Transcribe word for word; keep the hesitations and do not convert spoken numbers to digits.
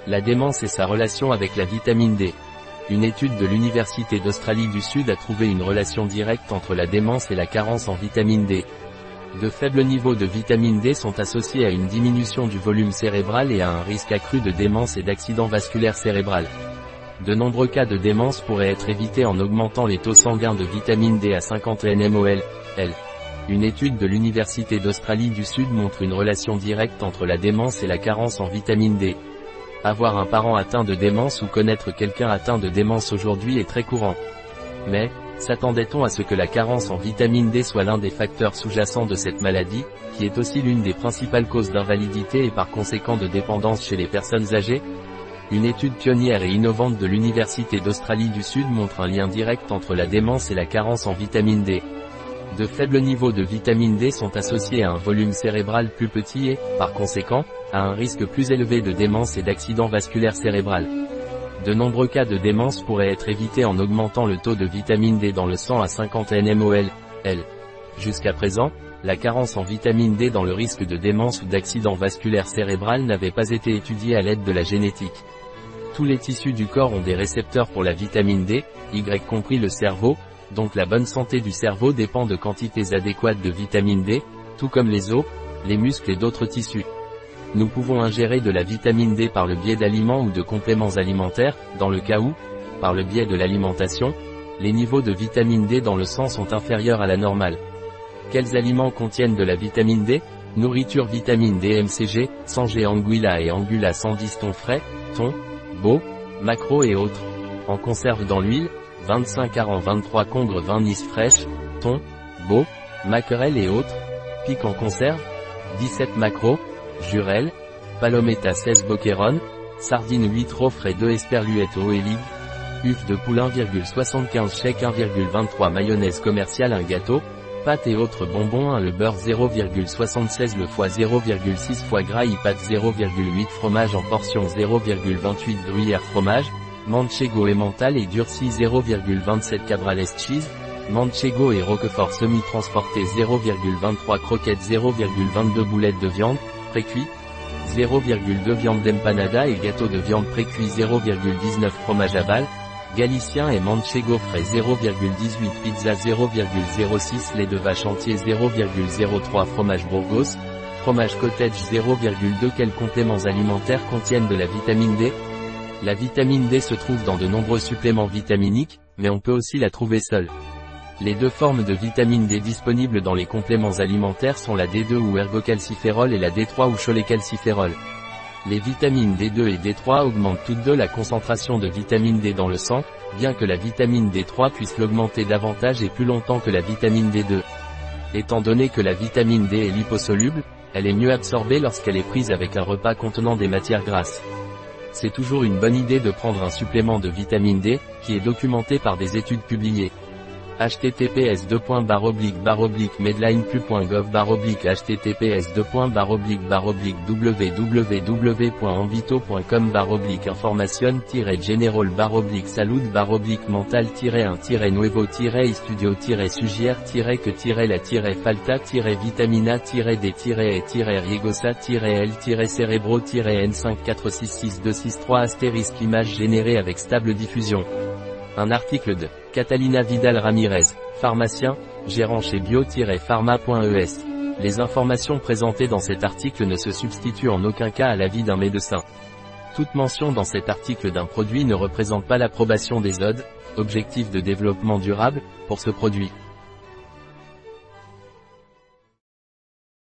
La démence et sa relation avec la vitamine D. Une étude de l'Université d'Australie du Sud a trouvé une relation directe entre la démence et la carence en vitamine D. De faibles niveaux de vitamine D sont associés à une diminution du volume cérébral et à un risque accru de démence et d'accident vasculaire cérébral. De nombreux cas de démence pourraient être évités en augmentant les taux sanguins de vitamine D à cinquante nanomoles. Une étude de l'Université d'Australie du Sud montre une relation directe entre la démence et la carence en vitamine D. Avoir un parent atteint de démence ou connaître quelqu'un atteint de démence aujourd'hui est très courant. Mais, s'attendait-on à ce que la carence en vitamine D soit l'un des facteurs sous-jacents de cette maladie, qui est aussi l'une des principales causes d'invalidité et par conséquent de dépendance chez les personnes âgées? Une étude pionnière et innovante de l'Université d'Australie du Sud montre un lien direct entre la démence et la carence en vitamine D. De faibles niveaux de vitamine D sont associés à un volume cérébral plus petit et, par conséquent, à un risque plus élevé de démence et d'accident vasculaire cérébral. De nombreux cas de démence pourraient être évités en augmentant le taux de vitamine D dans le sang à cinquante nanomoles. Jusqu'à présent, la carence en vitamine D dans le risque de démence ou d'accident vasculaire cérébral n'avait pas été étudiée à l'aide de la génétique. Tous les tissus du corps ont des récepteurs pour la vitamine D, y compris le cerveau, donc la bonne santé du cerveau dépend de quantités adéquates de vitamine D, tout comme les os, les muscles et d'autres tissus. Nous pouvons ingérer de la vitamine D par le biais d'aliments ou de compléments alimentaires, dans le cas où, par le biais de l'alimentation, les niveaux de vitamine D dans le sang sont inférieurs à la normale. Quels aliments contiennent de la vitamine D? Nourriture vitamine D M C G, Sangé Anguilla et Angula cent dix thon frais, thon, beau, maquereau et autres. En conserve dans l'huile, vingt-cinq aran vingt-trois congres vingt nice fraîches, thon, beau, maquerelle et autres. Pique en conserve, dix-sept maquereaux, jurel, palometa seize boqueron, sardines huit rots frais deux esperluettes eau et ligue, œufs de poule un virgule soixante-quinze chèque un virgule vingt-trois mayonnaise commerciale un gâteau, pâtes et autres bonbons un le beurre zéro virgule soixante-seize le foie zéro virgule six foie gras i pâtes zéro virgule huit fromage en portion zéro virgule vingt-huit gruyère fromage, manchego emmental et durci zéro virgule vingt-sept cabrales cheese, manchego et roquefort semi-transporté zéro virgule vingt-trois croquettes zéro virgule vingt-deux boulettes de viande, précuit, zéro virgule deux viande d'empanada et gâteau de viande précuit zéro virgule dix-neuf fromage à balle, galicien et manchego frais zéro virgule dix-huit pizza zéro virgule zéro six lait de vache entier zéro virgule zéro trois fromage Burgos, fromage cottage zéro virgule deux. Quels compléments alimentaires contiennent de la vitamine D? La vitamine D se trouve dans de nombreux suppléments vitaminiques, mais on peut aussi la trouver seule. Les deux formes de vitamine D disponibles dans les compléments alimentaires sont la D deux ou ergocalciférol et la D trois ou cholécalciférol. Les vitamines D deux et D trois augmentent toutes deux la concentration de vitamine D dans le sang, bien que la vitamine D trois puisse l'augmenter davantage et plus longtemps que la vitamine D deux. Étant donné que la vitamine D est liposoluble, elle est mieux absorbée lorsqu'elle est prise avec un repas contenant des matières grasses. C'est toujours une bonne idée de prendre un supplément de vitamine D, qui est documenté par des études publiées. h t t p s deux points barre oblique barre oblique medlineplus point gov barre oblique h t t p s deux points barre oblique barre oblique w w w point ambito point com barre oblique information tiret general barre oblique salud barre oblique mental tiret un tiret nuevo tiret estudio tiret sugiere tiret que tiret la tiret falta tiret vitamina tiret d tiret e tiret riegosa tiret l tiret cerebro tiret n cinq quatre six six deux six trois astérisque image générée avec stable diffusion. Un article de Catalina Vidal Ramirez, pharmacien, gérant chez bio-pharma point e s. Les informations présentées dans cet article ne se substituent en aucun cas à l'avis d'un médecin. Toute mention dans cet article d'un produit ne représente pas l'approbation des O D, Objectifs de développement durable, pour ce produit.